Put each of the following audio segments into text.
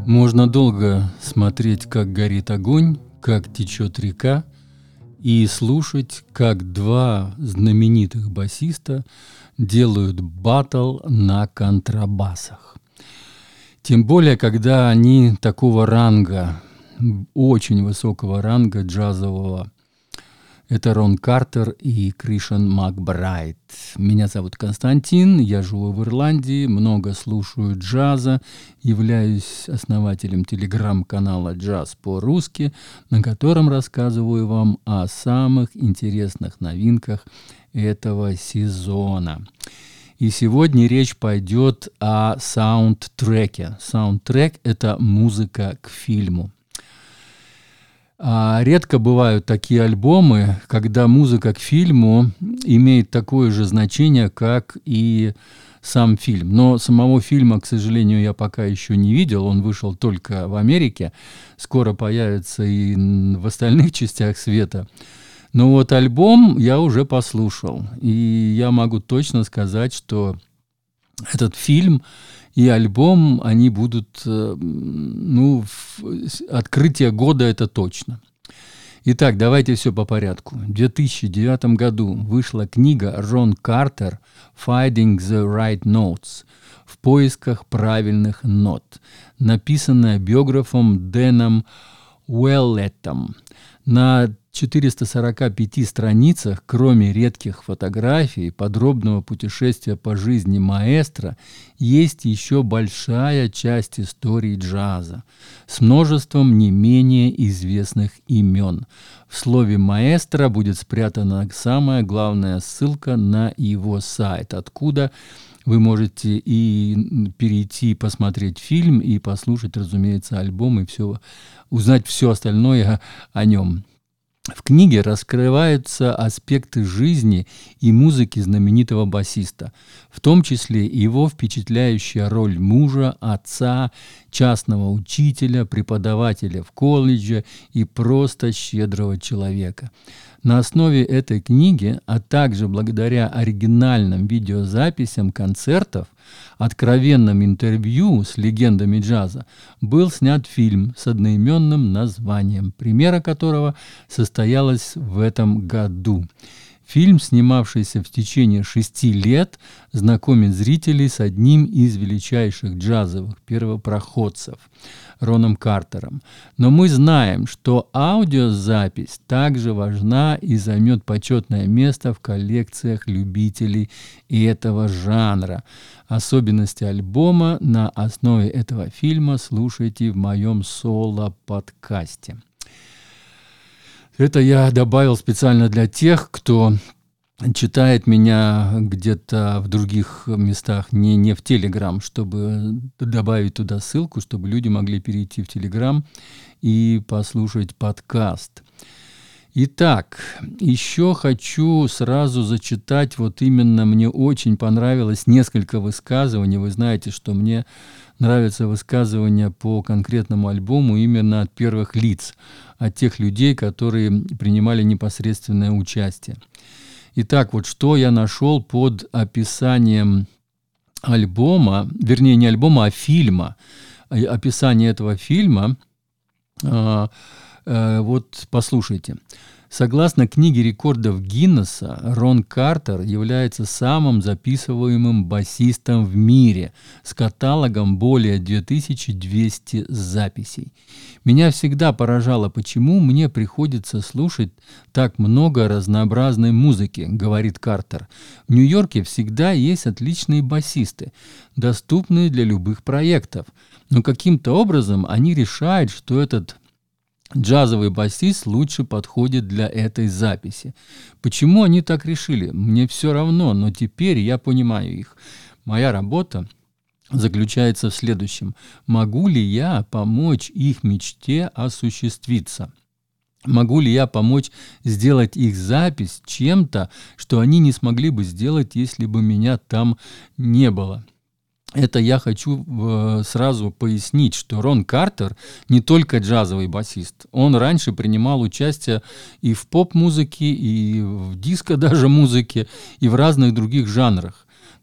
Можно долго смотреть, как горит огонь, как течет река, и слушать, как два знаменитых басиста делают баттл на контрабасах. Тем более, когда они такого ранга, очень высокого ранга джазового. Это Рон Картер и Кришан Макбрайд. Меня зовут Константин, я живу в Ирландии, много слушаю джаза, являюсь основателем телеграм-канала «Джаз по-русски», на котором рассказываю вам о самых интересных новинках этого сезона. И сегодня речь пойдет о саундтреке. Саундтрек – это музыка к фильму. Редко бывают такие альбомы, когда музыка к фильму имеет такое же значение, как и сам фильм. Но самого фильма, к сожалению, я пока еще не видел. Он вышел только в Америке. Скоро появится и в остальных частях света. Но вот альбом я уже послушал. И я могу точно сказать, что этот фильм и альбом, они будут, открытие года это точно. Итак, давайте все по порядку. В 2009 году вышла книга Рон Картер «Finding the Right Notes» в поисках правильных нот, написанная биографом Дэном Уэллеттом. На 445 страницах, кроме редких фотографий, подробного путешествия по жизни маэстро, есть еще большая часть истории джаза с множеством не менее известных имен. В слове «маэстро» будет спрятана самая главная ссылка на его сайт, откуда вы можете и перейти, посмотреть фильм, и послушать, разумеется, альбом, и узнать все остальное о нем. В книге раскрываются аспекты жизни и музыки знаменитого басиста, в том числе его впечатляющая роль мужа, отца, частного учителя, преподавателя в колледже и просто щедрого человека. На основе этой книги, а также благодаря оригинальным видеозаписям концертов, откровенным интервью с легендами джаза, был снят фильм с одноименным названием, премьера которого состоялась в этом году. Фильм, снимавшийся в течение 6 лет, знакомит зрителей с одним из величайших джазовых первопроходцев – Роном Картером. Но мы знаем, что аудиозапись также важна и займет почетное место в коллекциях любителей этого жанра. Особенности альбома на основе этого фильма слушайте в моем соло-подкасте. Это я добавил специально для тех, кто читает меня где-то в других местах, не в Телеграм, чтобы добавить туда ссылку, чтобы люди могли перейти в Телеграм и послушать подкаст. Итак, еще хочу сразу зачитать, вот именно мне очень понравилось несколько высказываний. Вы знаете, что мне нравятся высказывания по конкретному альбому именно от первых лиц, от тех людей, которые принимали непосредственное участие. Итак, вот что я нашел под описанием альбома, вернее, не альбома, а фильма. Описание этого фильма, вот послушайте. Согласно книге рекордов Гиннесса, Рон Картер является самым записываемым басистом в мире с каталогом более 2200 записей. Меня всегда поражало, почему мне приходится слушать так много разнообразной музыки, говорит Картер. В Нью-Йорке всегда есть отличные басисты, доступные для любых проектов, но каким-то образом они решают, что этот джазовый басист лучше подходит для этой записи. Почему они так решили? Мне все равно, но теперь я понимаю их. Моя работа заключается в следующем. Могу ли я помочь их мечте осуществиться? Могу ли я помочь сделать их запись чем-то, что они не смогли бы сделать, если бы меня там не было? Это я хочу сразу пояснить, что Рон Картер не только джазовый басист. Он раньше принимал участие и в поп-музыке, и в диско даже музыке, и в разных других жанрах.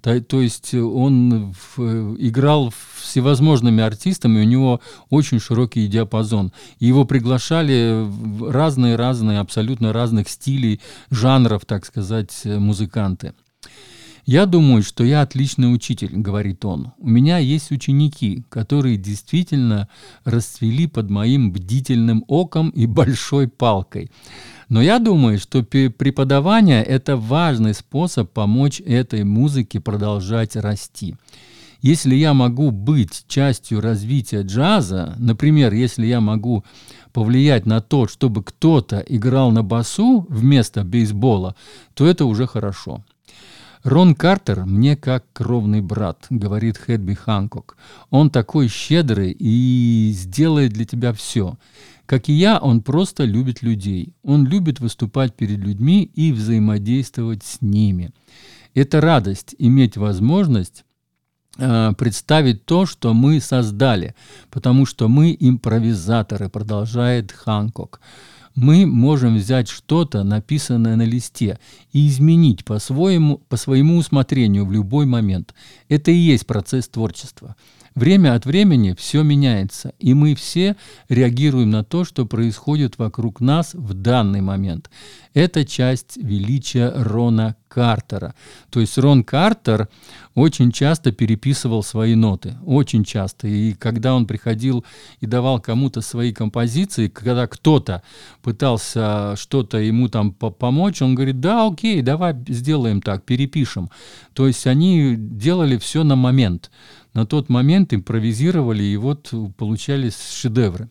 То есть он играл всевозможными артистами, у него очень широкий диапазон. И его приглашали в разные, абсолютно разных стилей, жанров, так сказать, музыканты. «Я думаю, что я отличный учитель», — говорит он. «У меня есть ученики, которые действительно расцвели под моим бдительным оком и большой палкой. Но я думаю, что преподавание – это важный способ помочь этой музыке продолжать расти. Если я могу быть частью развития джаза, например, если я могу повлиять на то, чтобы кто-то играл на басу вместо бейсбола, то это уже хорошо». «Рон Картер мне как кровный брат», — говорит Хэбби Ханкок. «Он такой щедрый и сделает для тебя все. Как и я, он просто любит людей. Он любит выступать перед людьми и взаимодействовать с ними. Это радость иметь возможность представить то, что мы создали, потому что мы импровизаторы», продолжает Ханкок. «Мы можем взять что-то, написанное на листе, и изменить по своему усмотрению в любой момент. Это и есть процесс творчества. Время от времени все меняется, и мы все реагируем на то, что происходит вокруг нас в данный момент. Это часть величия Рона Картера». То есть Рон Картер очень часто переписывал свои ноты, очень часто. И когда он приходил и давал кому-то свои композиции, когда кто-то пытался что-то ему там помочь, он говорит: да, окей, давай сделаем так, перепишем. То есть они делали все на момент. На тот момент импровизировали, и вот получались шедевры.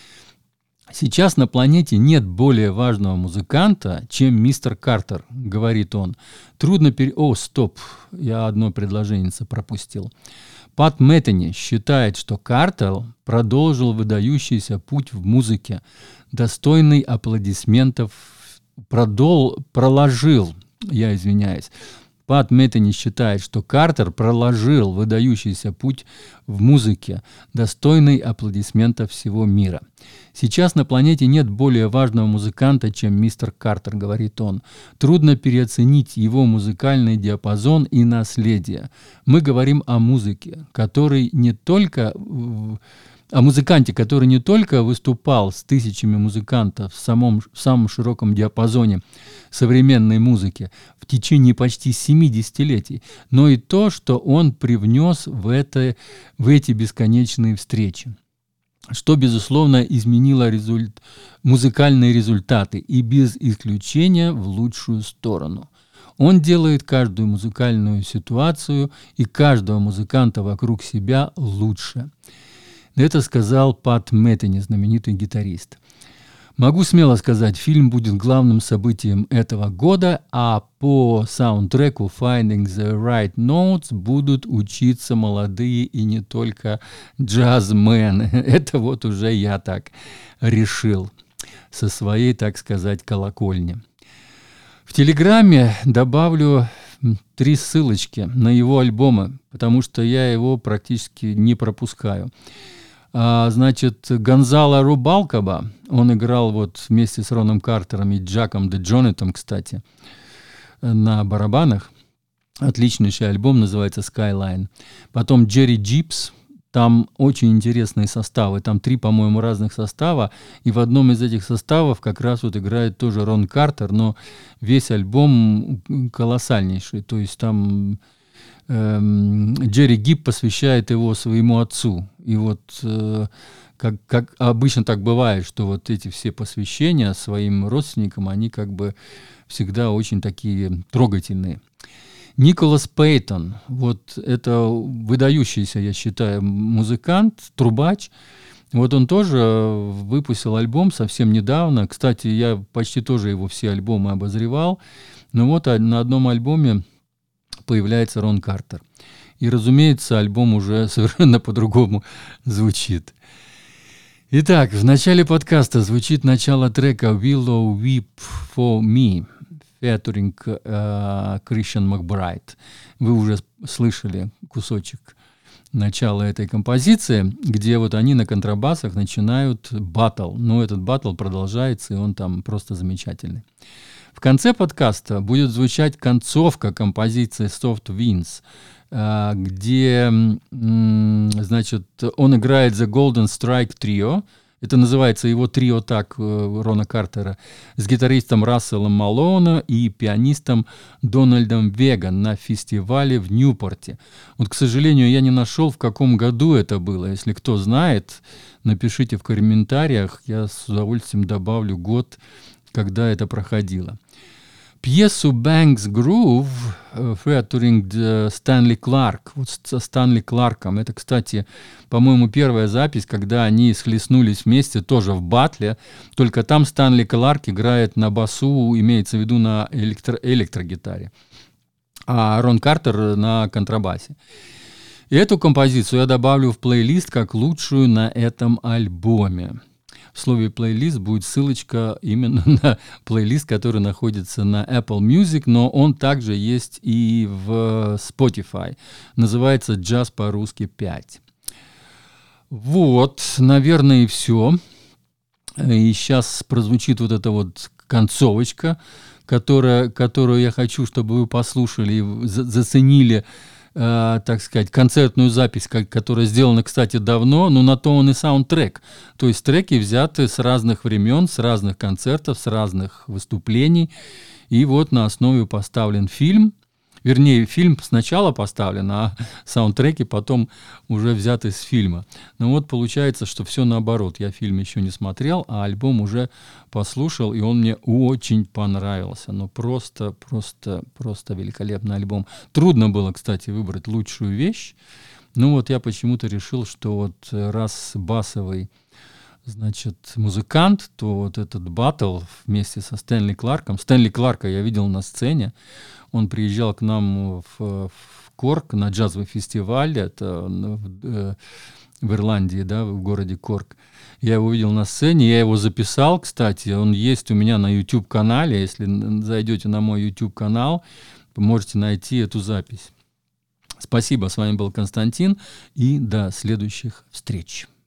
«Сейчас на планете нет более важного музыканта, чем мистер Картер», — говорит он. «Трудно О, стоп, я одно предложение пропустил. Пат Мэттани считает, что Картер продолжил выдающийся путь в музыке, достойный аплодисментов, Пат Мэттани считает, что Картер проложил выдающийся путь в музыке, достойный аплодисментов всего мира. «Сейчас на планете нет более важного музыканта, чем мистер Картер», — говорит он. «Трудно переоценить его музыкальный диапазон и наследие. Мы говорим о музыке, о музыканте, который не только выступал с тысячами музыкантов в самом широком диапазоне современной музыки в течение почти 7 десятилетий, но и то, что он привнес в эти бесконечные встречи, что, безусловно, изменило музыкальные результаты и без исключения в лучшую сторону. Он делает каждую музыкальную ситуацию и каждого музыканта вокруг себя лучше». Это сказал Пат Мэттани, знаменитый гитарист. Могу смело сказать, фильм будет главным событием этого года, а по саундтреку «Finding the Right Notes» будут учиться молодые и не только джазмены. Это вот уже я так решил со своей, так сказать, колокольни. В Телеграме добавлю 3 ссылочки на его альбомы, потому что я его практически не пропускаю. Значит, Гонзало Рубалкаба, он играл вот вместе с Роном Картером и Джаком де Джонатом, кстати, на барабанах. Отличнейший альбом, называется «Skyline». Потом Джерри Джипс, там очень интересные составы, там 3, по-моему, разных состава, и в одном из этих составов как раз вот играет тоже Рон Картер, но весь альбом колоссальнейший, то есть там Джерри Гиб посвящает его своему отцу. И вот как обычно так бывает, что вот эти все посвящения своим родственникам, они как бы всегда очень такие трогательные. Николас Пейтон, вот это выдающийся, я считаю, музыкант, трубач. Вот он тоже выпустил альбом совсем недавно. Кстати, я почти тоже его все альбомы обозревал. Но вот на одном альбоме появляется Рон Картер. И, разумеется, альбом уже совершенно по-другому звучит. Итак, в начале подкаста звучит начало трека «Willow Weep for Me», featuring Christian McBride. Вы уже слышали кусочек начало этой композиции, где вот они на контрабасах начинают баттл. Но этот баттл продолжается, и он там просто замечательный. В конце подкаста будет звучать концовка композиции Soft Winds, где, значит, он играет The Golden Strike Trio. Это называется его трио так, Рона Картера, с гитаристом Расселом Малоуна и пианистом Дональдом Веган на фестивале в Ньюпорте. Вот, к сожалению, я не нашел, в каком году это было. Если кто знает, напишите в комментариях, я с удовольствием добавлю год, когда это проходило. Пьесу «Banks Groove» featuring Стэнли Кларк, вот со Стэнли Кларком. Это, кстати, по-моему, первая запись, когда они схлестнулись вместе, тоже в батле, только там Стэнли Кларк играет на басу, имеется в виду на электрогитаре, а Рон Картер на контрабасе. И эту композицию я добавлю в плейлист как лучшую на этом альбоме. В слове «плейлист» будет ссылочка именно на плейлист, который находится на Apple Music, но он также есть и в Spotify. Называется «Джаз по-русски 5». Вот, наверное, и все. И сейчас прозвучит вот эта вот концовочка, которую я хочу, чтобы вы послушали и заценили, так сказать, концертную запись, которая сделана, кстати, давно, но на то он и саундтрек. То есть треки взяты с разных времен, с разных концертов, с разных выступлений. И вот на основе поставлен фильм. Вернее, фильм сначала поставлен, а саундтреки потом уже взяты с фильма. Но вот получается, что все наоборот. Я фильм еще не смотрел, а альбом уже послушал, и он мне очень понравился. Ну, просто великолепный альбом. Трудно было, кстати, выбрать лучшую вещь. Ну, вот я почему-то решил, что вот раз басовый, значит, музыкант, то вот этот баттл вместе со Стэнли Кларком. Стэнли Кларка я видел на сцене. Он приезжал к нам в Корк на джазовый фестиваль, это в Ирландии, да, в городе Корк. Я его видел на сцене, я его записал, кстати, он есть у меня на YouTube-канале. Если зайдете на мой YouTube-канал, вы можете найти эту запись. Спасибо, с вами был Константин, и до следующих встреч.